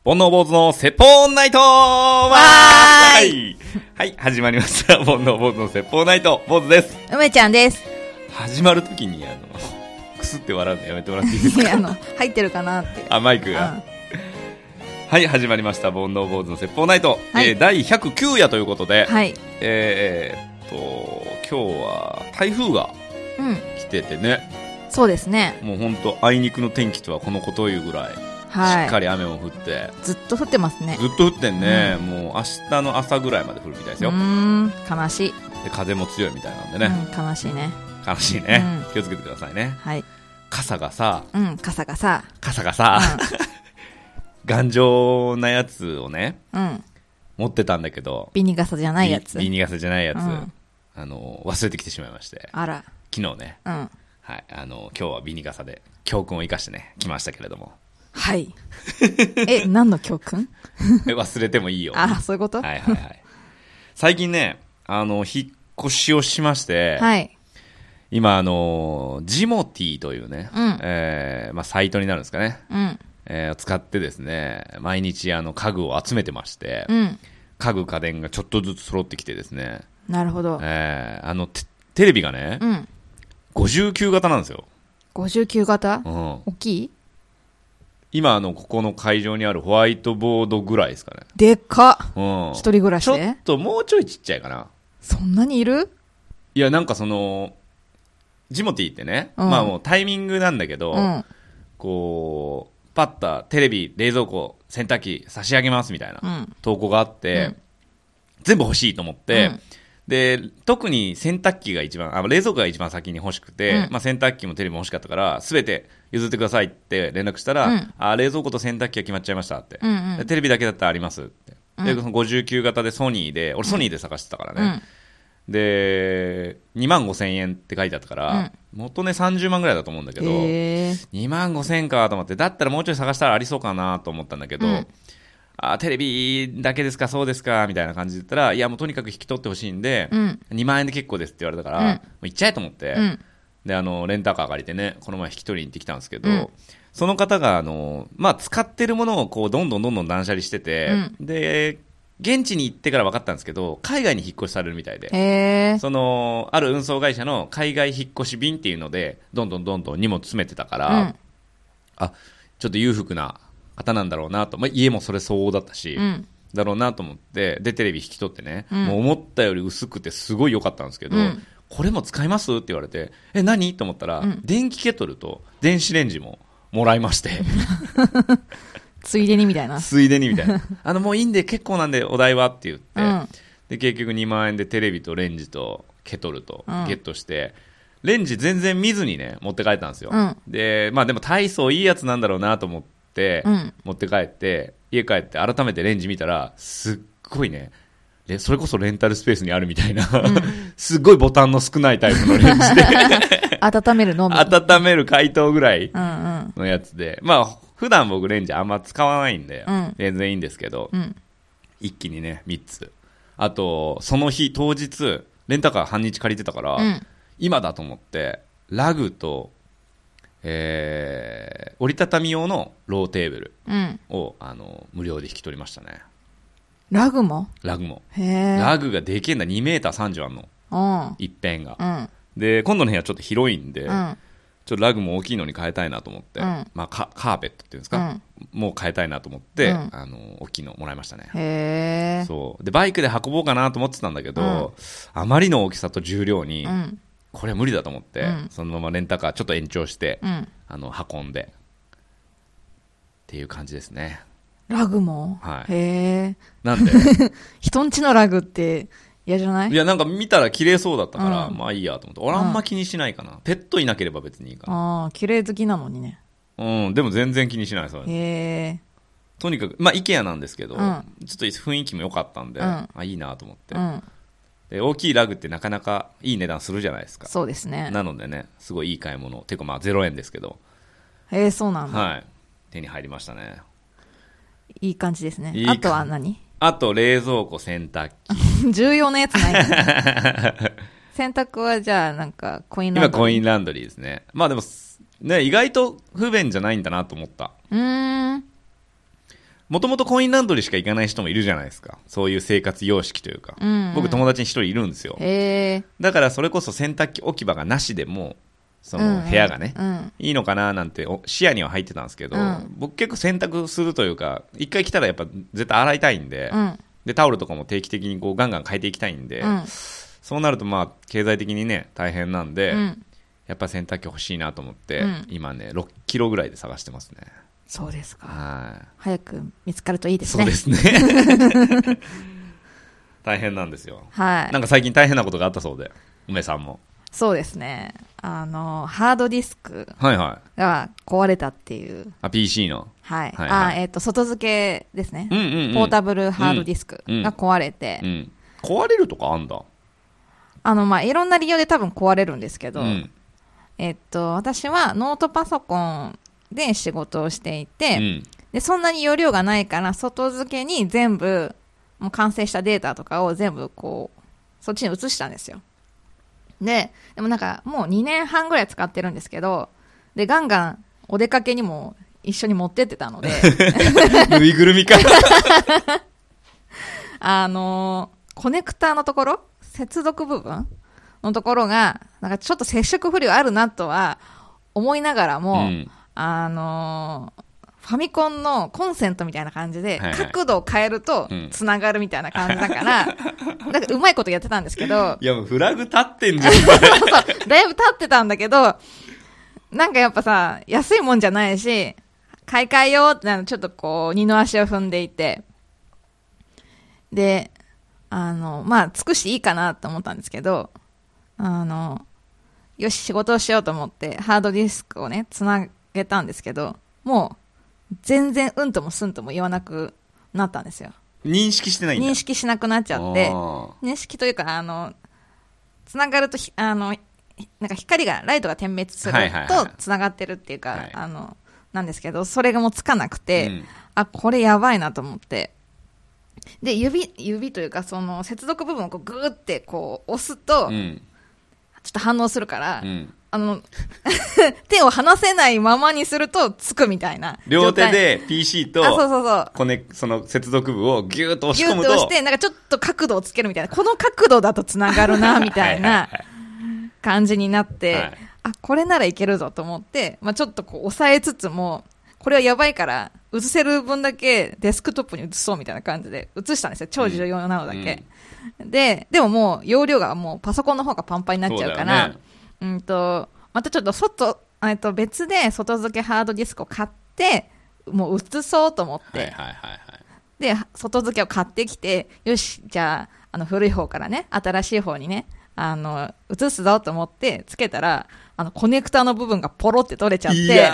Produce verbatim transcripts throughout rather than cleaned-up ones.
煩悩坊主の説法ナイトわーいはい、始まりました。煩悩坊主の説法ナイト、坊主です。 梅ちゃんです。 始まるときに、あの、くすって笑うのやめてもらっていいですか？ いや、あの、入ってるかなって。 あ、マイクが。うん、はい、始まりました。煩悩坊主の説法ナイト。はい、えー、だいひゃくきゅう夜ということで、はい、えー、っと、今日は台風が来ててね。 うん、そうですね。 もうほんと、あいにくの天気とはこのことを言うぐらい。はい、しっかり雨も降ってずっと降ってますね。 ずっと降ってんね、うん、もう明日の朝ぐらいまで降るみたいですよ。 うーん、悲しい。 で風も強いみたいなんでね、 うん、悲しいね。 悲しいね、うん、気をつけてくださいね。 はい。 傘がさ、 うん、傘がさ傘がさ、うん、頑丈なやつをね、うん、持ってたんだけどビニ傘じゃないやつビニ傘じゃないやつ、うん、あの忘れてきてしまいまして、 あら昨日ね、うん、はい、あの今日はビニ傘で教訓を生かしてね来ましたけれども。 はい。え、何の教訓？ え、忘れてもいいよ。 あ、そういうこと？ はいはいはい。最近ね、あの、引っ越しをしまして、はい。今、あの、ジモティーというね、うん、えー、まあ、サイトになるんですかね。うん。えー、使ってですね、毎日、あの、家具を集めてまして、うん。家具家電がちょっとずつ揃ってきてですね。 なるほど。 えー、あの、テ、テレビがね、うん。ごじゅうきゅう型なんですよ。 ごじゅうきゅう型？うん。大きい？ 今あのここの会場にあるホワイトボードぐらいですかね。 でっか、うん、一人暮らしでちょっともうちょいちっちゃいかな。 そんなにいる？ いやなんかそのジモティってね、うん、まあもうタイミングなんだけど、うん、こうパッとテレビ冷蔵庫洗濯機差し上げますみたいな投稿があって、うん、全部欲しいと思って、うん、で特に洗濯機が一番あ冷蔵庫が一番先に欲しくて、うんまあ、洗濯機もテレビも欲しかったから全て譲ってくださいって連絡したら、うん、あ冷蔵庫と洗濯機が決まっちゃいましたって、うんうん、テレビだけだったらありますって、うん、でごじゅうきゅう型でソニーで俺ソニーで探してたからね、うん、でにまんごせんえんって書いてあったから、うん、元ねさんじゅうまんぐらいだと思うんだけど、えー、にまんごせんかと思ってだったらもうちょい探したらありそうかなと思ったんだけど、うんあテレビだけですかそうですかみたいな感じで言ったらいやもうとにかく引き取ってほしいんで、うん、にまんえんで結構ですって言われたから、うん、もう行っちゃえと思って、うん、であのレンタカー借りてねこの前引き取りに行ってきたんですけど、うん、その方があの、まあ、使ってるものをこうどんどんどんどん断捨離してて、うん、で現地に行ってから分かったんですけど海外に引っ越しされるみたいでへそのある運送会社の海外引っ越し便っていうのでどんどんどんどん荷物詰めてたから、うん、あちょっと裕福な方なんだろうなと、まあ、家もそれ相応だったし、うん、だろうなと思ってでテレビ引き取ってね、うん、もう思ったより薄くてすごい良かったんですけど、うん、これも使いますって言われてえ何と思ったら、うん、電気ケトルと電子レンジももらいましてついでにみたいなついでにみたいなあのもういいんで結構なんでお題はって言って、うん、で結局にまんえんでテレビとレンジとケトルとゲットして、うん、レンジ全然見ずにね持って帰ったんですよ、うん、でまあでも大層いいやつなんだろうなと思ってうん、持って帰って家帰って改めてレンジ見たらすっごいねそれこそレンタルスペースにあるみたいな、うん、すっごいボタンの少ないタイプのレンジで温めるのみ温める解凍ぐらいのやつで、うんうん、まあ普段僕レンジあんま使わないんで、うん、全然いいんですけど、うん、一気にねみっつあとその日当日レンタカー半日借りてたから、うん、今だと思ってラグとえー、折りたたみ用のローテーブルを、うん、あの無料で引き取りましたね。 ラグもラグもへラグがでけえんだにメーターさんじゅうあんの、うん、一辺が、うん、で今度の部屋ちょっと広いんで、うん、ちょっとラグも大きいのに変えたいなと思って、うんまあ、カ, カーペットっていうんですか、うん、もう変えたいなと思って、うん、あの大きいのもらいましたね。 へそうでバイクで運ぼうかなと思ってたんだけど、うん、あまりの大きさと重量に、うんこれは無理だと思って、うん、そのままレンタカーちょっと延長して、うん、あの運んでっていう感じですね。 ラグも、 はい、 へえなんで人んちのラグって嫌じゃない？ いやなんか見たら綺麗そうだったから、うん、まあいいやと思って俺あんま気にしないかな、うん、ペットいなければ別にいいかな。 ああ綺麗好きなのにね。 うんでも全然気にしないそういうの。 へえとにかくまあ IKEA なんですけど、うん、ちょっと雰囲気も良かったんで、うん、あいいなと思って、うんで大きいラグってなかなかいい値段するじゃないですか。 そうですね。 なのでねすごいいい買い物ていうかまあゼロえんですけどへえそうなんだ、 はい、手に入りましたね。 いい感じですね。 いいあとは何？ あと冷蔵庫洗濯機重要なやつない洗濯はじゃあなんかコインランドリー。 今コインランドリーですね。まあでもね意外と不便じゃないんだなと思った。 うーんもともとコインランドリーしか行かない人もいるじゃないですか。そういう生活様式というか。うんうん、僕友達に一人いるんですよ。 へだからそれこそ洗濯機置き場がなしでも、その部屋がね、うんうん、いいのかななんて視野には入ってたんですけど、うん、僕結構洗濯するというか、一回来たらやっぱ絶対洗いたいんで、うん、でタオルとかも定期的にこうガンガン変えていきたいんで、うん、そうなるとまあ経済的にね大変なんで、うん、やっぱ洗濯機欲しいなと思って、うん、今ねろっキロぐらいで探してますね。 そうですか。 はい。 早く見つかるといいですね。 そうですね。大変なんですよ。 はい。 なんか最近大変なことがあったそうで、梅さんも。 そうですね。あのハードディスクはいはい。 が壊れたっていう。 あ ピーシー の。 はい。 はいはい、 あえっ、ー、と外付けですね、 うんうんうん。 ポータブルハードディスクが壊れて。 うんうん、壊れるとかあんだ。 あのまあいろんな理由で多分壊れるんですけど、うん、えっ、ー、と私はノートパソコンで仕事をしていて。うん、でそんなに容量がないから外付けに全部もう完成したデータとかを全部こうそっちに移したんですよ。ででもなんかもうにねんはんぐらい使ってるんですけど、でガンガンお出かけにも一緒に持ってってたのでぬいぐるみかあのコネクターのところ接続部分のところがなんかちょっと接触不良あるなとは思いながらも、うん、あのファミコンのコンセントみたいな感じで角度を変えるとつながるみたいな感じだから、うん、だからうまいことやってたんですけど、 いやもうフラグ立ってんじゃんそうそうだいぶ立ってたんだけど、なんかやっぱさ安いもんじゃないし買い替えようってちょっとこう二の足を踏んでいて、であのまあ尽くしていいかなと思ったんですけど、あのよし仕事をしようと思ってハードディスクをねつなげたんですけど、もう全然うんともすんとも言わなくなったんですよ。 認識してないんだ。 認識しなくなっちゃって、認識というかあのつながるとあのなんか光がライトが点滅するとつながってるっていうか、はいはいはい、あのなんですけど、それがもうつかなくて、うん、あこれやばいなと思って、で指指というかその接続部分をこうグーってこう押すと、うん、ちょっと反応するから、うんあの手を離せないままにするとつくみたいな。 両手で ピーシー とあそうそうそうコネその接続部をギューッと押し込むとギューッと押してなんかちょっと角度をつけるみたいな、この角度だとつながるなみたいな感じになって、はい、あこれならいけるぞと思って、まあ、ちょっとこう押さえつつもこれはやばいから映せる分だけデスクトップに移そうみたいな感じで映したんですよ、超重要なのだけ、うん、ででももう容量がもうパソコンの方がパンパンになっちゃうから、うんとまたちょっと外、えっと別で外付けハードディスクを買ってもう移そうと思って、はいはいはいはい、で外付けを買ってきて、よしじゃあ、あの古い方からね新しい方にねあの移すぞと思ってつけたら、あのコネクタの部分がポロって取れちゃって、いや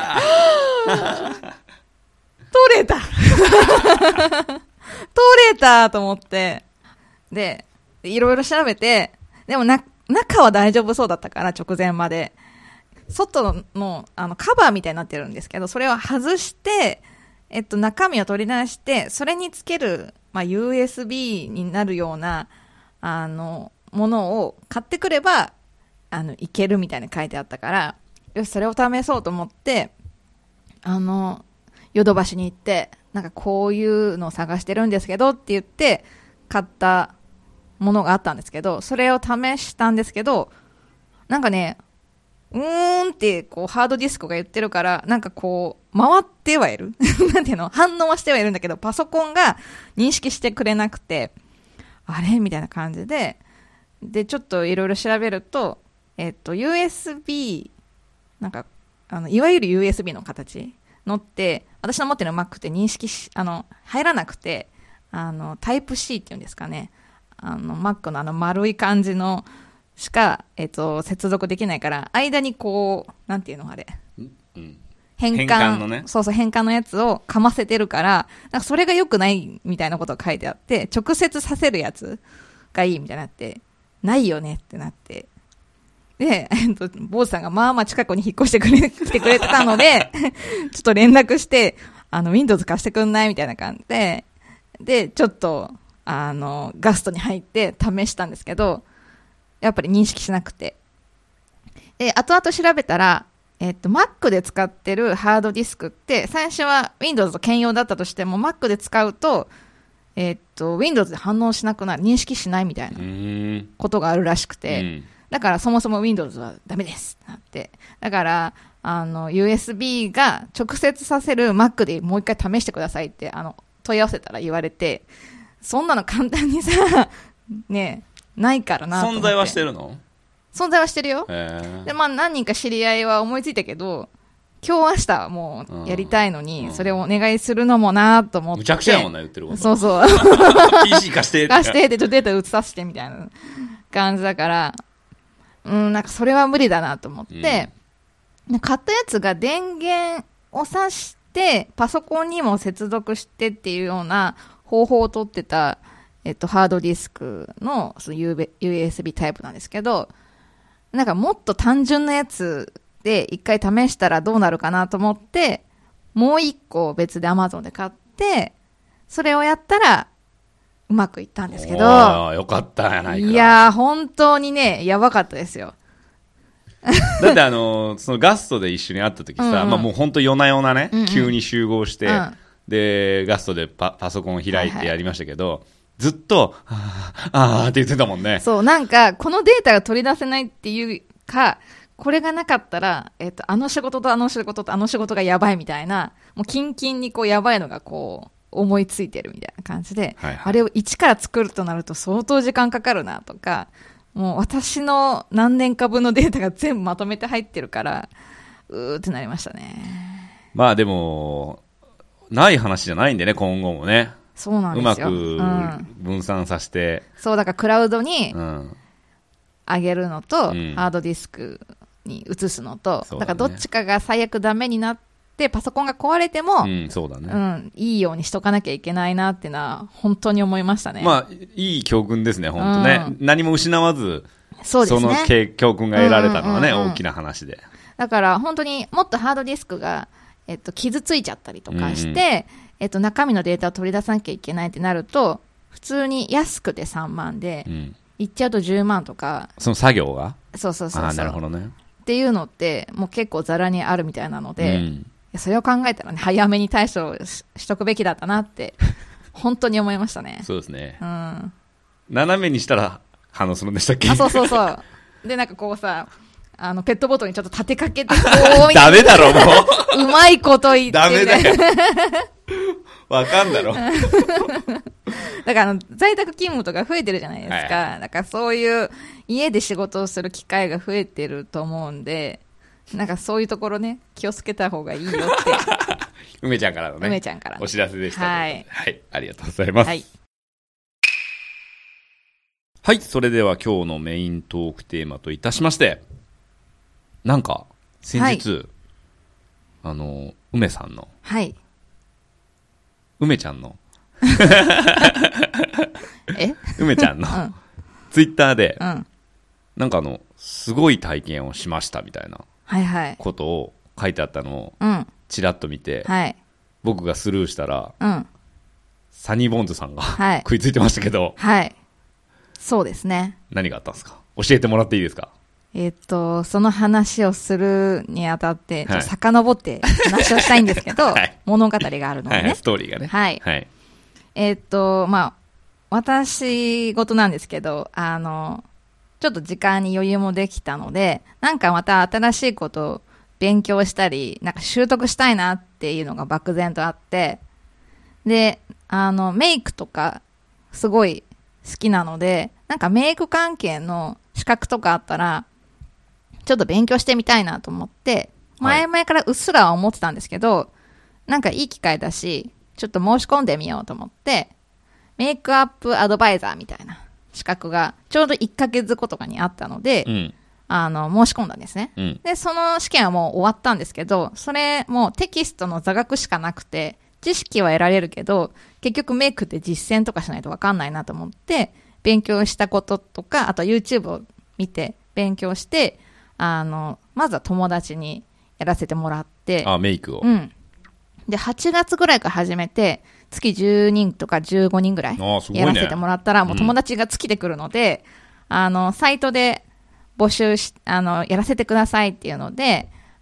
取れた取れたと思って、でいろいろ調べて、でもな中は大丈夫そうだったから直前まで外 の, あのカバーみたいになってるんですけど、それを外して、えっと、中身を取り出してそれにつける、まあ、ユーエスビー になるようなあのものを買ってくればあのいけるみたいに書いてあったから、よしそれを試そうと思ってあのヨドバシに行って、なんかこういうのを探してるんですけどって言って買ったものがあったんですけど、それを試したんですけど、なんかねうーんってこうハードディスクが言ってるから、なんかこう回ってはいるなんていうの、反応はしてはいるんだけどパソコンが認識してくれなくて、あれみたいな感じで、でちょっといろいろ調べると、えっと ユーエスビー なんかあのいわゆる ユーエスビー の形のって私の持ってる Mac って認識しあの入らなくて、あのタイプ C っていうんですかね、あの Mac のあの丸い感じのしか、えっと、接続できないから、間にこうなんていうのあれ、うん、変換、変換のね、そうそう変換のやつをかませてるから、なんかそれが良くないみたいなことが書いてあって、直接させるやつがいいみたいになって、ないよねってなって、で、えっと、坊主さんがまあまあ近くに引っ越してくれ来てくれてたのでちょっと連絡して、あの Windows 貸してくんないみたいな感じで、でちょっとあのガストに入って試したんですけど、やっぱり認識しなくて、で後々調べたら、 えっと、Mac で使ってるハードディスクって、最初は Windows と兼用だったとしても、Mac で使うと、えっと、Windows で反応しなくなる、認識しないみたいなことがあるらしくて、うん、だからそもそも Windows はダメですってなって、だから、あの、ユーエスビー が直接させる Mac でもう一回試してくださいって、あの、問い合わせたら言われて、そんなの簡単にさ、ね、ないからなと思って。 存在はしてるの？ 存在はしてるよ。で、まあ何人か知り合いは思いついたけど、今日明日はもうやりたいのに、それをお願いするのもなと思って。 むちゃくちゃやもんな、言ってること。 そうそう。 ピーシー 貸して。 貸してって、ちょっとデータ移させてみたいな感じだから、うん、なんかそれは無理だなと思って、うん、買ったやつが電源を挿して、パソコンにも接続してっていうような方法を取ってた、えっと、ハードディスクのその ユーエスビー タイプなんですけど、なんかもっと単純なやつで一回試したらどうなるかなと思って、もう一個別で Amazon で買って、それをやったらうまくいったんですけど。 ああ、よかったやないか。 いやー、本当にね、やばかったですよ。 だってあのー、そのガストで一緒に会った時さ、うんうん、まあもう本当夜な夜なね、うんうん、急に集合して、うん、で、ガストで パ, パソコンを開いてやりましたけど、はいはい、ずっと、あーあーって言ってたもんね。 そう、なんか、このデータが取り出せないっていうか、これがなかったら、えっと、あの仕事とあの仕事とあの仕事がやばいみたいな、もうキンキンにこうやばいのがこう、思いついてるみたいな感じで、はいはい、あれを一から作るとなると相当時間かかるなとか、もう私の何年か分のデータが全部まとめて入ってるから、うーってなりましたね。 まあでも、ない話じゃないんでね、今後もね。 そうなんですよ。 うまく分散させて、 うん、そうだからクラウドに上げるのと、うん、ハードディスクに移すのと、だ, だからどっちかが最悪ダメになってパソコンが壊れても、 うん、そうだね、 うん、いいようにしとかなきゃいけないなっていうのは本当に思いましたね。 まあいい教訓ですね、本当ね、うん、何も失わず、 そうですね、 その教訓が得られたのはね、うんうんうんうん、大きな話で。 だから本当にもっとハードディスクが、えっと、傷ついちゃったりとかして、うんうん、えっと、中身のデータを取り出さなきゃいけないってなると、普通に安くてさんまんで、うん、いっちゃうとじゅうまんとか。 その作業が？ そうそうそうそう。 あ、なるほどね。 っていうのって、もう結構ザラにあるみたいなので、うん、それを考えたらね、早めに対処を し, しとくべきだったなって、本当に思いましたね。 そうですね。 うん。 斜めにしたら反応するんでしたっけ？ あ、そうそうそう。で、なんかこうさ、あの、ペットボトルにちょっと立てかけて、こう、ダメだろ、もう。うまいこと言って、ね。 ダメだよ。わかんだろ。だからあの、在宅勤務とか増えてるじゃないですか。はい、だからそういう家で仕事をする機会が増えてると思うんで、なんかそういうところね、気をつけた方がいいよって。 梅ちゃんからのね。 梅ちゃんから。 お知らせでした。 はい。 はい。ありがとうございます。はい。はい。それでは今日のメイントークテーマといたしまして、なんか、先日、はい、あの、梅さんの。 はい。 梅ちゃんのえ梅ちゃんの、うん、ツイッターで、 うん、 なんかあのすごい体験をしましたみたいなことを書いてあったのをちらっと見て、 はい、 僕がスルーしたら、 うん、 サニーボンズさんが、はい、食いついてましたけど、 はい、そうですね。 何があったんですか？教えてもらっていいですか？ えっと、その話をするにあたって、ちょっと遡って話をしたいんですけど、はい、物語があるのでね、はい。 ストーリーがね。 はい。はい、えっと、まあ、私事なんですけど、あの、ちょっと時間に余裕もできたので、なんかまた新しいことを勉強したり、なんか習得したいなっていうのが漠然とあって、で、あの、メイクとか、すごい好きなので、なんかメイク関係の資格とかあったら、ちょっと勉強してみたいなと思って、前々からうっすらは思ってたんですけど、はい、なんかいい機会だし、ちょっと申し込んでみようと思って、メイクアップアドバイザーみたいな資格がちょうどいっかげつごとかにあったので、うん、あの、申し込んだんですね、うん。で、その試験はもう終わったんですけど、それもテキストの座学しかなくて、知識は得られるけど、結局メイクって実践とかしないとわかんないなと思って、勉強したこととか、あと YouTube を見て勉強して、あの、まずは友達にやらせてもらって。 あ、メイクを。 うん。で、はちがつぐらいから始めて、月じゅうにんとかじゅうごにんぐらいやらせてもらったら、ね、もう友達が尽きてくるので、うん、あの、サイトで募集し、あの、やらせてくださいっていうので、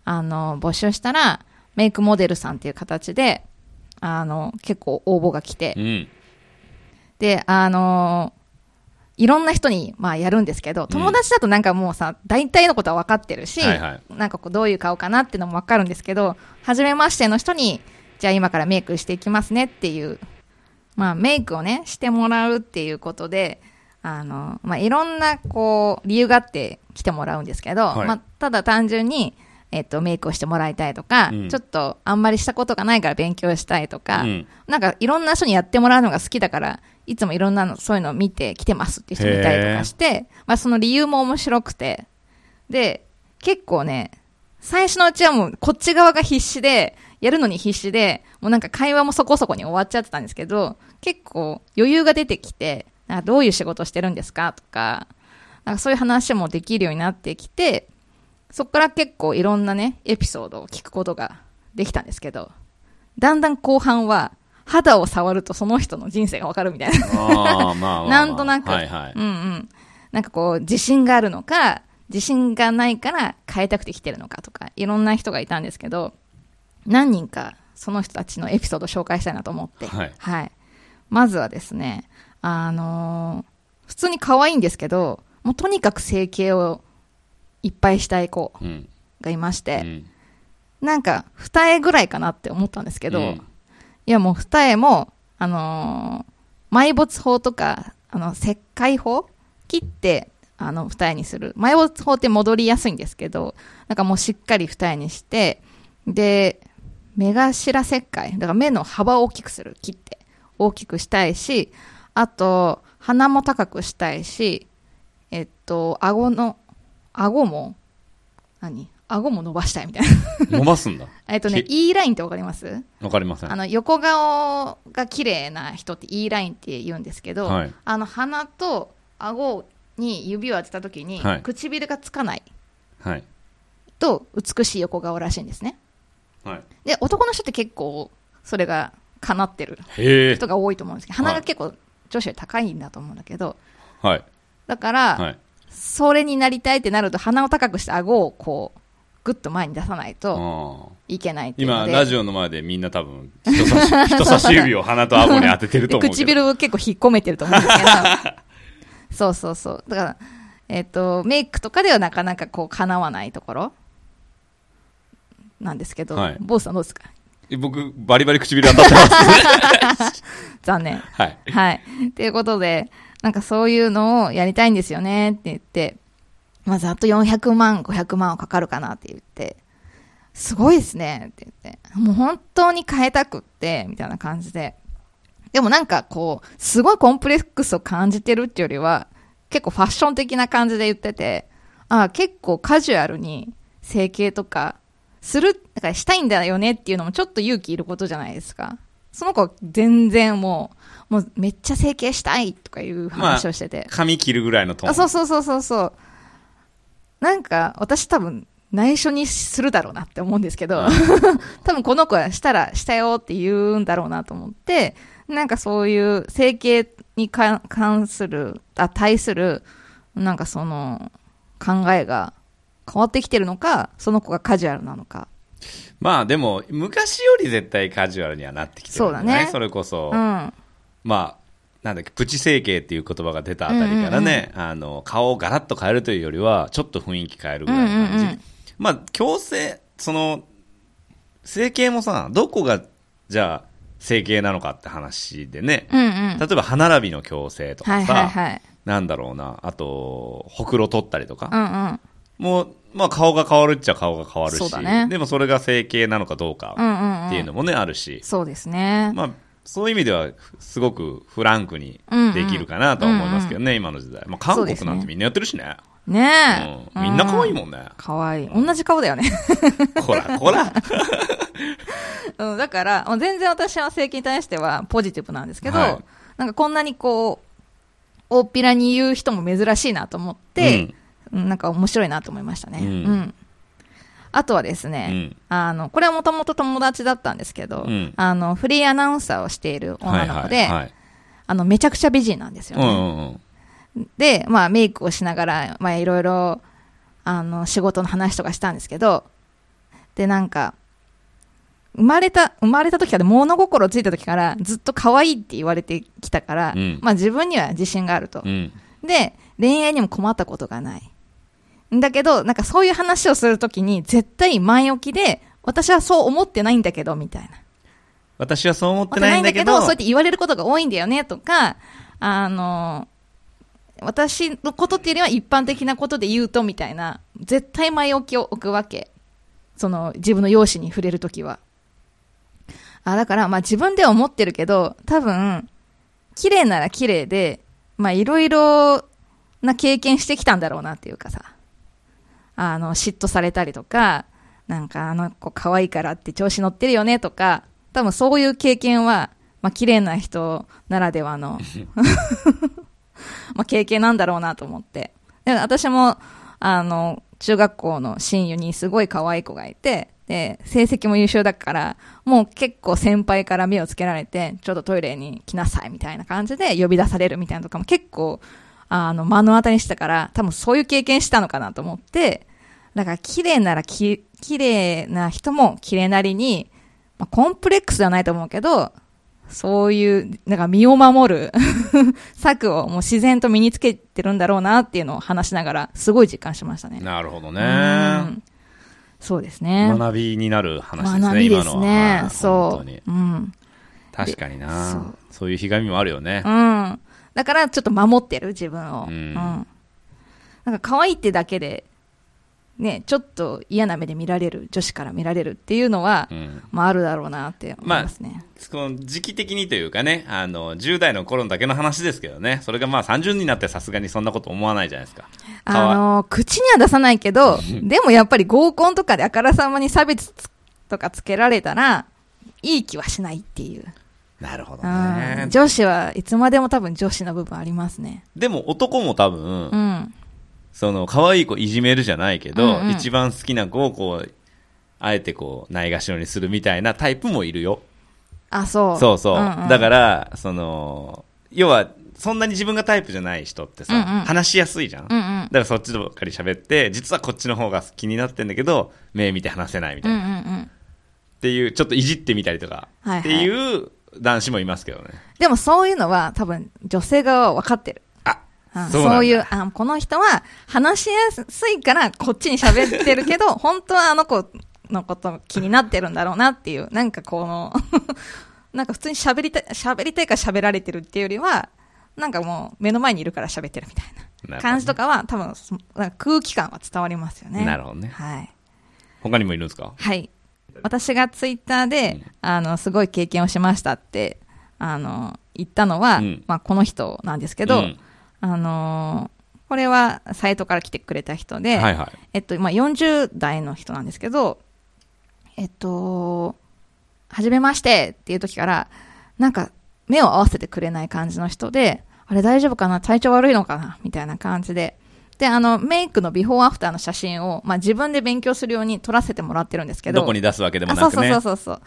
あの、募集したら、メイクモデルさんっていう形で、あの、結構応募が来て、 うん、 で、あの、いろんな人に、まあ、やるんですけど、友達だとなんかもうさ、大体のことは分かってるし、 はいはい、 なんかこう、どういう顔かなっていうのも分かるんですけど、初めましての人に、じゃあ今からメイクしていきますねっていう、まあ、メイクをね、してもらうっていうことで、あの、まあ、いろんな、こう、理由があって来てもらうんですけど、はい、まあ、ただ単純に、えっと、メイクをしてもらいたいとか、うん、ちょっとあんまりしたことがないから勉強したいとか、うん、なんかいろんな人にやってもらうのが好きだから、いつもいろんなの、そういうのを見て来てますっていう人もいたりとかして、まあその理由も面白くて、で、結構ね、最初のうちはもうこっち側が必死で、やるのに必死で、もうなんか会話もそこそこに終わっちゃってたんですけど、結構余裕が出てきて、なんかどういう仕事してるんですかとか、なんかそういう話もできるようになってきて、そこから結構いろんなね、エピソードを聞くことができたんですけど、だんだん後半は、肌を触るとその人の人生がわかるみたいな。 あまあまあまあ、 なんとなく、 はいはい、 うんうん。なんかこう、自信があるのか、自信がないから変えたくて来てるのかとか、いろんな人がいたんですけど、何人かその人たちのエピソードを紹介したいなと思って。 はい。 はい。まずはですね、あのー、普通に可愛いんですけど、もうとにかく整形をいっぱいしたい子がいまして、うん、なんか二重ぐらいかなって思ったんですけど、うん、いやもう二重も、あのー、埋没法とか、あの、切開法切って、あの、二重にする。埋没法って戻りやすいんですけど、なんかもうしっかり二重にして、で、目頭切開。だから目の幅を大きくする。切って。大きくしたいし、あと、鼻も高くしたいし、えっと、顎の、顎も、何顎も伸ばしたいみたいな。 伸ばすんだ。 えっとね、E ラインってわかります？ わかりません。 あの、横顔が綺麗な人って E ラインって言うんですけど、はい、あの、鼻と顎に指を当てたときに、はい、唇がつかない。はい。と、美しい横顔らしいんですね。はい。で、男の人って結構、それが叶ってる人が多いと思うんですけど、鼻が結構女子より高いんだと思うんだけど、はい。だから、はい、それになりたいってなると鼻を高くして顎をこうグッと前に出さないといけないっていうので、 今ラジオの前でみんな多分人差し, 人差し指を鼻と顎に当ててると思うけど唇を結構引っ込めてると思うんですけどそうそうそう、だから、えーと、メイクとかではなかなかこう叶わないところなんですけど、はい、坊主さんどうですか？ 僕バリバリ唇当たってます残念。はい、はい、ということでなんかそういうのをやりたいんですよねって言って、まあざっとよんひゃくまん、ごひゃくまんはかかるかなって言って、すごいですねって言って、もう本当に変えたくって、みたいな感じで。でもなんかこう、すごいコンプレックスを感じてるっていうよりは、結構ファッション的な感じで言ってて、ああ、結構カジュアルに整形とかする、だからしたいんだよねっていうのもちょっと勇気いることじゃないですか。その子は全然もう、もうめっちゃ整形したいとかいう話をしてて。 まあ、髪切るぐらいのトーン。 あ、そうそうそうそうそう。なんか私多分内緒にするだろうなって思うんですけど、多分この子はしたらしたよって言うんだろうなと思って、なんかそういう整形に関する、あ、対する、なんかその考えが変わってきてるのか、その子がカジュアルなのか。 まあでも昔より絶対カジュアルにはなってきてるんじゃない？そうだね。それこそ、うん、まあなんだっけ、プチ整形っていう言葉が出たあたりからね、うんうんうん、あの顔をガラッと変えるというよりはちょっと雰囲気変えるぐらいの感じ、うんうんうん、まあ矯正、その整形もさ、どこがじゃあ整形なのかって話でね、うんうん、例えば歯並びの矯正とかさ、はいはいはい、なんだろうな、あとほくろ取ったりとか、うんうん、もうまあ顔が変わるっちゃ顔が変わるし、ね、でもそれが整形なのかどうかっていうのもね、うんうんうん、あるし、 そうですね。 まあそういう意味ではすごくフランクにできるかなとは思いますけどね、うんうん、今の時代、まあ、韓国なんてみんなやってるしね。 ねえ、うん、みんな可愛いもんね。 可愛い、同じ顔だよね。 こらこら。 うん、だから全然私は整形に対してはポジティブなんですけど、はい、なんかこんなにこう大っぴらに言う人も珍しいなと思って、うん、なんか面白いなと思いましたね。うん、うん、あとはですね、うん、あのこれはもともと友達だったんですけど、うん、あのフリーアナウンサーをしている女の子で、はいはいはい、あのめちゃくちゃ美人なんですよね。うんうんうん、で、まあ、メイクをしながら、まあ、いろいろあの仕事の話とかしたんですけど、 で、なんか、生まれた、生まれた時から物心ついた時からずっと可愛いって言われてきたから、うん、まあ自分には自信があると、うん。で、恋愛にも困ったことがない。だけど、なんかそういう話をするときに絶対前置きで、私はそう思ってないんだけど、みたいな。 私はそう思ってないんだけど。 そうやって言われることが多いんだよね、とか、あの、私のことっていうよりは一般的なことで言うと、みたいな、絶対前置きを置くわけ。その、自分の容姿に触れるときは。あ、だから、まあ自分では思ってるけど、多分、綺麗なら綺麗で、まあいろいろな経験してきたんだろうなっていうかさ。あの、嫉妬されたりとか、なんかあの子可愛いからって調子乗ってるよねとか、多分そういう経験は、まあ綺麗な人ならではの、まあ経験なんだろうなと思って。で、私も、あの、中学校の親友にすごい可愛い子がいて、で、成績も優秀だから、もう結構先輩から目をつけられて、ちょっとトイレに来なさいみたいな感じで呼び出されるみたいなのとかも結構、あの、目の当たりにしたから、多分そういう経験したのかなと思って、だから綺麗ならき、綺麗な人も綺麗なりに、まあ、コンプレックスではないと思うけど、そういう、なんか身を守る策をもう自然と身につけてるんだろうなっていうのを話しながら、すごい実感しましたね。 なるほどね。 うん、そうですね。 学びになる話ですね、 学びですね。 今のは。 そう。 本当に。 うん。 確かにな。そう。そういうひがみもあるよね。 うん。だからちょっと守ってる自分を。うん。うん、なんか可愛いってだけで、ね、ちょっと嫌な目で見られる、女子から見られるっていうのは、うん、まああるだろうなって思いますね。まあ、 この時期的にというかね、あの、じゅう代の頃だけの話ですけどね、それがまあさんじゅうになってさすがにそんなこと思わないじゃないですか。 あの、口には出さないけど、でもやっぱり合コンとかであからさまに差別とかつけられたら、いい気はしないっていう。 なるほどね。 女子はいつまでも多分女子の部分ありますね。 でも男も多分、 うん、 その可愛い子いじめるじゃないけど、うんうん、一番好きな子をこうあえてこうないがしろにするみたいなタイプもいるよ。 あ、そう。 そうそう。うんうん、だからその要はそんなに自分がタイプじゃない人ってさ、うんうん、話しやすいじゃん。 うんうん、 だからそっちばっかり喋って実はこっちの方が気になってんだけど目見て話せないみたいな、 うんうんうん、 っていうちょっといじってみたりとか、はいはい、っていう男子もいますけどね。 でもそういうのは多分女性側は分かってる。 あ、 そう、そういうあ、この人は話しやすいからこっちに喋ってるけど、本当はあの子のこと気になってるんだろうなっていう、なんかこの、なんか普通に喋りたい、喋りたいから喋られてるっていうよりは、なんかもう目の前にいるから喋ってるみたいな感じとかは、多分なんか空気感は伝わりますよね。 なるほどね。 はい。 他にもいるんですか？ はい。私がツイッターで、うん、あの、すごい経験をしましたって、あの、言ったのは、うん、まあこの人なんですけど、うんあのー、これはサイトから来てくれた人で、 はいはい、 えっと、まあ、よんじゅう代の人なんですけど、えっと、はじめましてっていう時から、なんか目を合わせてくれない感じの人で、あれ大丈夫かな体調悪いのかなみたいな感じで。で、あの、メイクのビフォーアフターの写真を、まあ、自分で勉強するように撮らせてもらってるんですけど。 どこに出すわけでもなくね。 そうそうそうそう。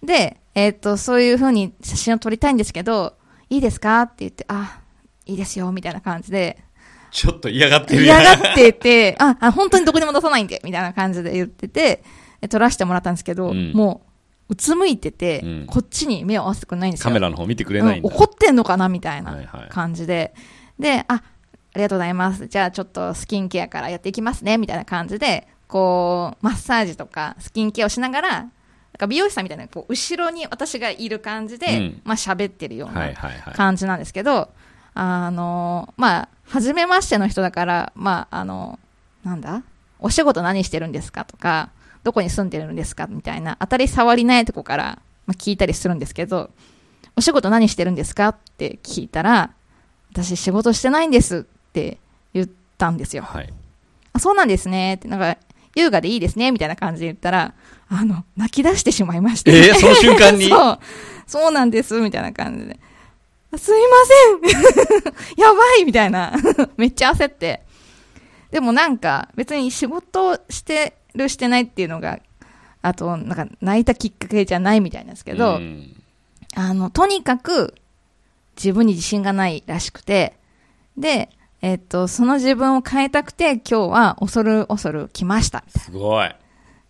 で、えっと、そういう風に写真を撮りたいんですけど、いいですかって言って、あ、いいですよ、みたいな感じで。 ちょっと嫌がってるやん。 嫌がってて、あ、あ、本当にどこにも出さないんで、みたいな感じで言ってて、撮らせてもらったんですけど、うん、もう、うつむいてて、うん、こっちに目を合わせてくれないんですよ。 カメラの方見てくれないんだ。 うん、怒ってんのかなみたいな感じで、はいはい。で、あ、ありがとうございます。じゃあちょっとスキンケアからやっていきますね、みたいな感じで、こう、マッサージとかスキンケアをしながら、なんか美容師さんみたいな、こう、後ろに私がいる感じで、うん、まあ喋ってるような感じなんですけど、はいはいはい、あの、まあ、初めましての人だから、まあ、あの、なんだお仕事何してるんですかとか、どこに住んでるんですかみたいな、当たり障りないとこから、まあ、聞いたりするんですけど、お仕事何してるんですかって聞いたら、私仕事してないんですって言ったんですよ。 はい。 あ、そうなんですねって、なんか、優雅でいいですねみたいな感じで言ったら、あの、泣き出してしまいました、ね。 えー、その瞬間にそう、そうなんですみたいな感じで。すいませんやばいみたいなめっちゃ焦って。でもなんか別に仕事してるしてないっていうのが、あとなんか泣いたきっかけじゃないみたいなんですけど、あの、とにかく自分に自信がないらしくて、で、えっと、その自分を変えたくて今日は恐る恐る来ました。 すごい。っ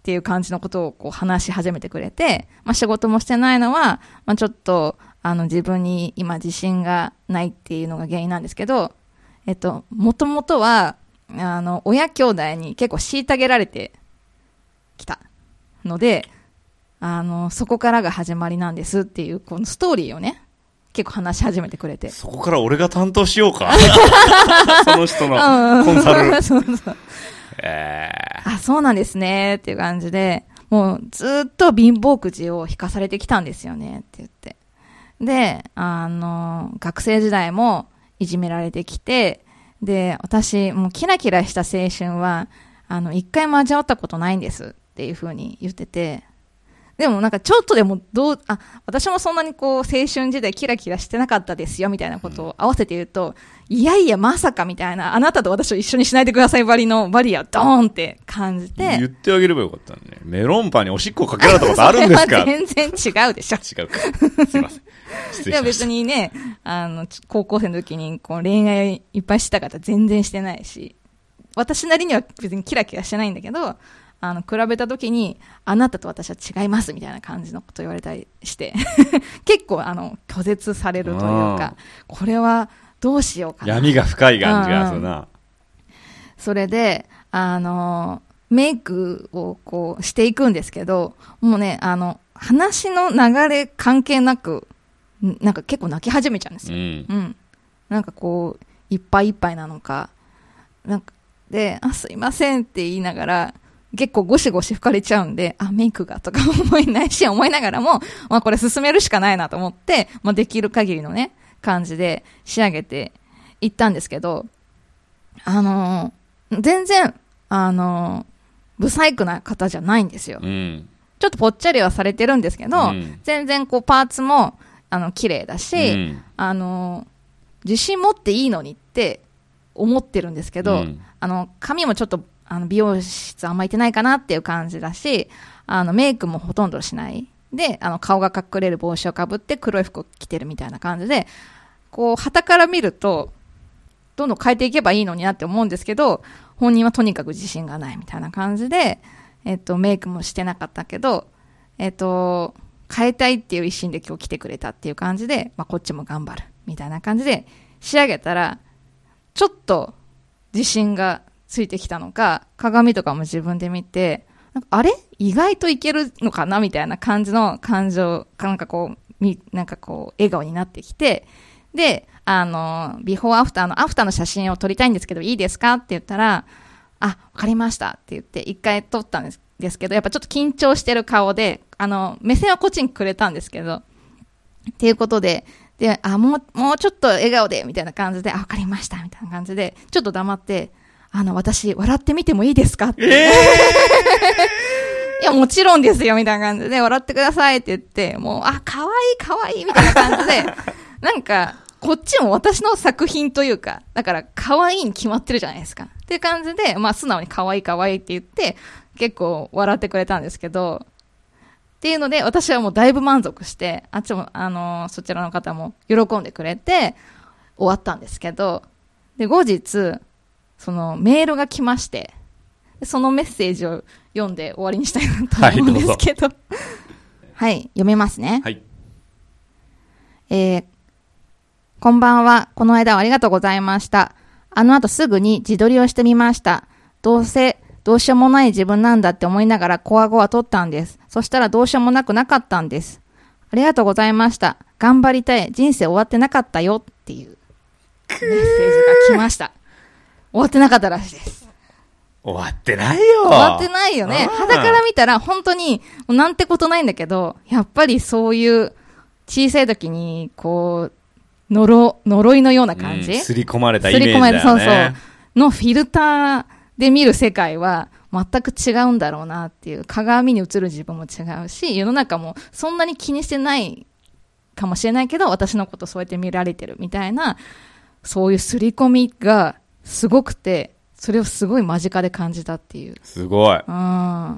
っていう感じのことをこう話し始めてくれて、まあ仕事もしてないのは、まあちょっと、あの自分に今自信がないっていうのが原因なんですけど、えっと、もともとは、あの、親兄弟に結構虐げられてきたので、あの、そこからが始まりなんですっていう、このストーリーをね、結構話し始めてくれて。 そこから俺が担当しようかその人のコンサル。 そうそう。 えー、 あ、そうなんですねっていう感じで、もうずっと貧乏くじを引かされてきたんですよねって言って。で、あの、学生時代もいじめられてきて、で、私、もうキラキラした青春は、あの、一回も味わったことないんですっていう風に言ってて、でもなんかちょっとでもどう、あ、私もそんなにこう青春時代キラキラしてなかったですよみたいなことを合わせて言うと、いやいやまさかみたいな、あなたと私を一緒にしないでくださいばりのバリアドーンって感じて。 言ってあげればよかったね。メロンパンにおしっこかけられたことあるんですか全然違うでしょ。 違うか。すいません。失礼しました。 いや別にね、あの、高校生の時にこう恋愛いっぱいした方全然してないし、私なりには別にキラキラしてないんだけど、あの、比べたときに、あなたと私は違いますみたいな感じのこと言われたりして、結構、あの、拒絶されるというか、これはどうしようかな。 闇が深い感じがするな。 それで、あの、メイクをこうしていくんですけど、もうね、あの、話の流れ関係なく、なんか結構泣き始めちゃうんですよ。 うん。 うん。なんかこう、いっぱいいっぱいなのか、なんか、で、あ、すいませんって言いながら、結構ゴシゴシ拭かれちゃうんで、あ、メイクがとか思いないし、思いながらも、まあこれ進めるしかないなと思って、まあできる限りのね、感じで仕上げていったんですけど、あのー、全然、あのー、ブサイクな方じゃないんですよ。 うん、 ちょっとぽっちゃりはされてるんですけど、うん、全然こうパーツも、あの、綺麗だし、うん、あのー、自信持っていいのにって思ってるんですけど、うん、あの、髪もちょっとあの美容室あんま行ってないかなっていう感じだし、あのメイクもほとんどしない。で、あの顔が隠れる帽子をかぶって黒い服を着てるみたいな感じで、こう、旗から見ると、どんどん変えていけばいいのになって思うんですけど、本人はとにかく自信がないみたいな感じで、えっと、メイクもしてなかったけど、えっと、変えたいっていう一心で今日来てくれたっていう感じで、まあ、こっちも頑張るみたいな感じで仕上げたら、ちょっと自信がついてきたのか、鏡とかも自分で見て、なんかあれ意外といけるのかなみたいな感じの感情、なんかこう、み、なんかこう、笑顔になってきて、で、あの、ビフォーアフターの、アフターの写真を撮りたいんですけど、いいですかって言ったら、あ、わかりましたって言って、一回撮ったんですですけど、やっぱちょっと緊張してる顔で、あの、目線はこっちにくれたんですけど、っていうことで、で、あ、もう、もうちょっと笑顔で、みたいな感じで、あ、わかりました、みたいな感じで、ちょっと黙って、あの、私、笑ってみてもいいですかって。えー、いや、もちろんですよ、みたいな感じで、笑ってくださいって言って、もう、あ、かわいい、かわいい、みたいな感じで、なんか、こっちも私の作品というか、だから、かわいいに決まってるじゃないですか。っていう感じで、まあ、素直にかわいい、かわいいって言って、結構笑ってくれたんですけど、っていうので、私はもうだいぶ満足して、あっちも、あのー、そちらの方も喜んでくれて、終わったんですけど、で、後日、そのメールが来まして、そのメッセージを読んで終わりにしたいなと思うんですけど、はい、はい、読めますね。 はい。 えー、こんばんは。この間はありがとうございました。あの後すぐに自撮りをしてみました。どうせどうしようもない自分なんだって思いながらコアゴは撮ったんです。そしたらどうしようもなくなかったんです。ありがとうございました。頑張りたい。人生終わってなかったよっていうメッセージが来ました。終わってなかったらしいです。 終わってないよ。 終わってないよね。肌から見たら本当になんてことないんだけど、やっぱりそういう小さい時にこう呪呪いのような感じ、うん、 刷り込まれたイメージだよね。刷り込まれた、そうそうのフィルターで見る世界は全く違うんだろうなっていう、鏡に映る自分も違うし、世の中もそんなに気にしてないかもしれないけど、私のことそうやって見られてるみたいな、そういう刷り込みがすごくて、それをすごい間近で感じたっていう。 すごい。 うん。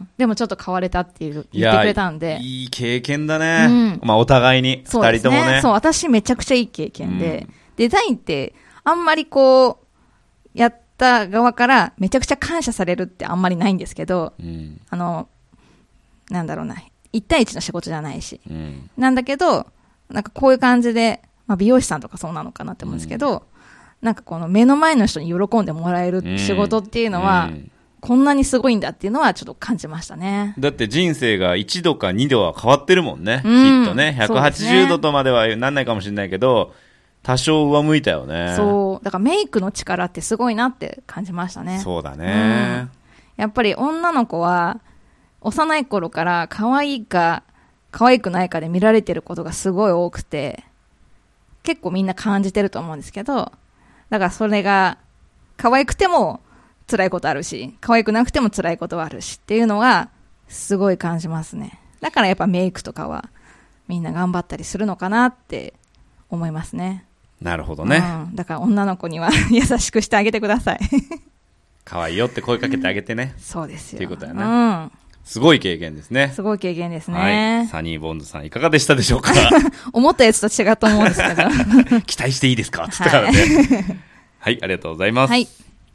でもちょっと変われたっていう言ってくれたんで。 いい経験だね。うん、まあお互いに、二人ともね。 そう、私めちゃくちゃいい経験で、うん、デザインってあんまりこう、やった側からめちゃくちゃ感謝されるってあんまりないんですけど、うん、あの、 なんだろうな、一対一の仕事じゃないし。 うん、 なんだけど、なんかこういう感じで、まあ美容師さんとかそうなのかなって思うんですけど、うん、なんかこの目の前の人に喜んでもらえる仕事っていうのは、うんうん、こんなにすごいんだっていうのはちょっと感じましたね。 だって人生がいちどかにどは変わってるもんね、うん、きっとね。ひゃくはちじゅうどとまではなんないかもしれないけど、多少上向いたよね。 そう。だからメイクの力ってすごいなって感じましたね。 そうだね。うん、 やっぱり女の子は、幼い頃から可愛いか可愛くないかで見られてることがすごい多くて、結構みんな感じてると思うんですけど、だからそれが可愛くても辛いことあるし、可愛くなくても辛いことはあるしっていうのがすごい感じますね。だからやっぱメイクとかはみんな頑張ったりするのかなって思いますね。 なるほどね。 うん、だから女の子には優しくしてあげてください。 可愛いよって声かけてあげてね。 そうですよ。 っていうことやね。 うん。 すごい経験ですね。 すごい経験ですね。 はい。サニーボンズさんいかがでしたでしょうか。 思ったやつと違うと思うんですけど。 期待していいですかつったからね。はい、はい、ありがとうございます。はい。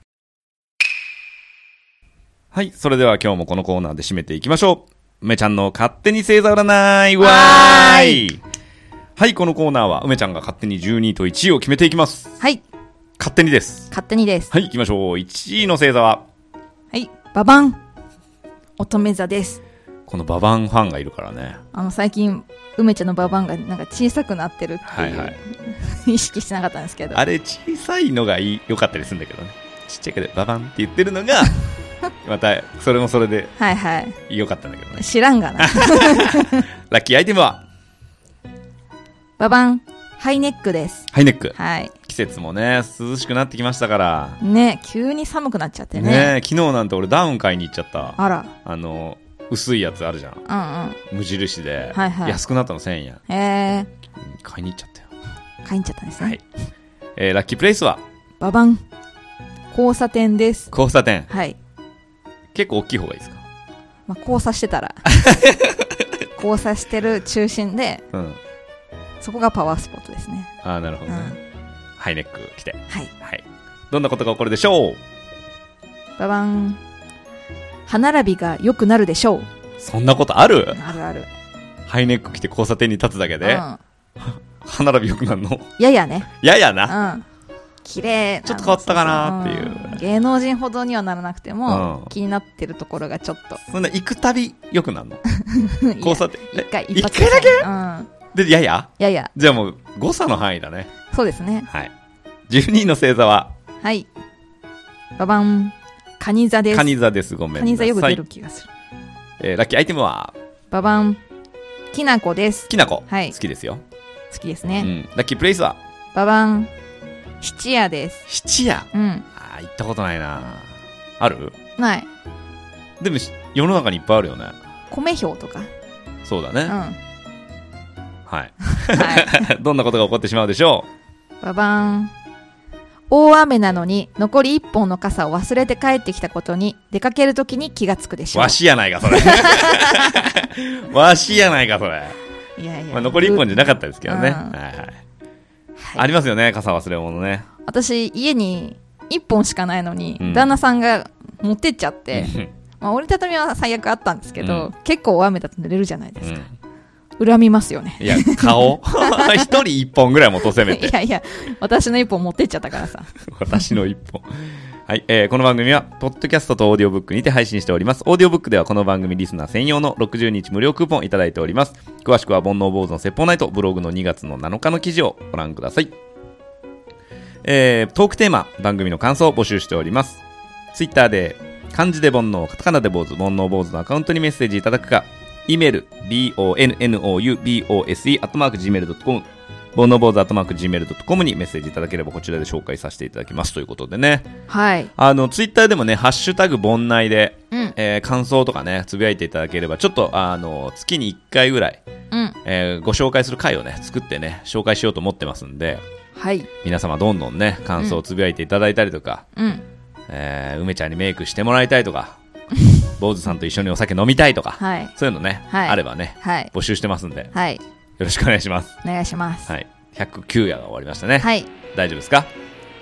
はい、それでは今日もこのコーナーで締めていきましょう。梅ちゃんの勝手に星座占い。わーい。はい、このコーナーは梅ちゃんが勝手にじゅうにいといちいを決めていきます。 はい。 勝手にです。 勝手にです。 はい、行きましょう。いちいの星座は、 はい、ババン。乙女座です。 このババンファンがいるからね。 あの最近梅ちゃんのババンがなんか小さくなってるっていう、はいはい、意識してなかったんですけど、 あれ小さいのがいい良かったりするんだけどね。ちっちゃいけどババンって言ってるのがまたそれもそれではいはい良かったんだけどね。 知らんがな。 ラッキーアイテムはババンハイネックです。 ハイネック。 はい。 季節もね涼しくなってきましたからね。急に寒くなっちゃってね。 ね、昨日なんて俺ダウン買いに行っちゃった。 あら。 あの薄いやつあるじゃん。うんうん。無印で、はいはい、安くなったのせんえん。へえ。買いに行っちゃったよ。 買いに行っちゃったんですね。はい。 えー、ラッキープレイスはババン交差点です。 交差点。 はい。 結構大きい方がいいですか。 まあ交差してたら交差してる中心で。うん。そこがパワースポットですね。 ああ、なるほどね、うん。ハイネック着て。 はい。 はい。どんなことが起こるでしょう。 ババン。歯並びが良くなるでしょう。 そんなことある？ あるある。 ハイネック着て交差点に立つだけで、うん、歯並び良くなるの？ ややね。 ややな。うん。 綺麗。 ちょっと変わったかなっていう、 うん。芸能人ほどにはならなくても、うん、気になってるところがちょっと。 そんな行くたび良くなるの？交差点。 一回、 一回だけ？うん。で、やややや。 じゃあもう誤差の範囲だね。 そうですね。 はい。じゅうにいの星座ははい。ババン。カニ座です。 カニ座です。ごめんなさい。カニ座よく出る気がする。 えー、ラッキーアイテムはババン。きなこです。 きなこ。 はい。 好きですよ。 好きですね。 うん。ラッキープレイスはババン。七夜です。 七夜。 うん。 ああ、行ったことないな。ある？ ない。 でも世の中にいっぱいあるよね。 米表とか。 そうだね。 うん。 はい。はい、どんなことが起こってしまうでしょう。ババン。大雨なのに残り一本の傘を忘れて帰ってきたことに出かけるときに気がつくでしょう。 わしやないかそれ。わしやないかそれ。 いやいや、 まあ、残り一本じゃなかったですけどね、うん、はいはい、はい、ありますよね、傘忘れ物ね。 私家に一本しかないのに、うん、旦那さんが持ってっちゃってまあ折りたたみは最悪あったんですけど、うん、結構大雨だと濡れるじゃないですか、うん、恨みますよね。 いや顔一人一本ぐらいもとせめて。 いやいや、私の一本持ってっちゃったからさ。 私の一本。はい、えー、この番組はポッドキャストとオーディオブックにて配信しております。オーディオブックではこの番組リスナー専用のろくじゅうにち無料クーポンいただいております。詳しくは煩悩坊主の説法ナイトブログのにがつのなのかの記事をご覧ください。えー、トークテーマ、番組の感想を募集しております。ツイッターで漢字で煩悩、カタカナで坊主、煩悩坊主のアカウントにメッセージいただくか、E メール ボノボーズ アットマーク ジーメール ドットコム 煩悩坊主 アットマーク ジーメール ドットコム にメッセージいただければこちらで紹介させていただきますということでね。 はい。 あのツイッターでもね、ハッシュタグ煩悩で、うんえー、感想とかねつぶやいていただければ、ちょっとあの月にいっかいぐらい、うんえー、ご紹介する回をね作ってね紹介しようと思ってますんで、 はい、 皆様どんどんね感想をつぶやいていただいたりとか、うんえー、梅ちゃんにメイクしてもらいたいとか坊主さんと一緒にお酒飲みたいとか、はい、そういうのね、はい、あればね、はい、募集してますんで、はい、よろしくお願いします。 お願いします。 はい、ひゃくきゅう夜が終わりましたね。 はい、 大丈夫ですか？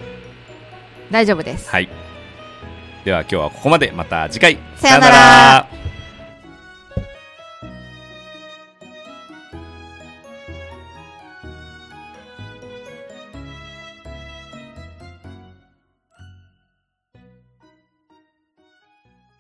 大丈夫です。 はい、では今日はここまで。また次回。 さよなら。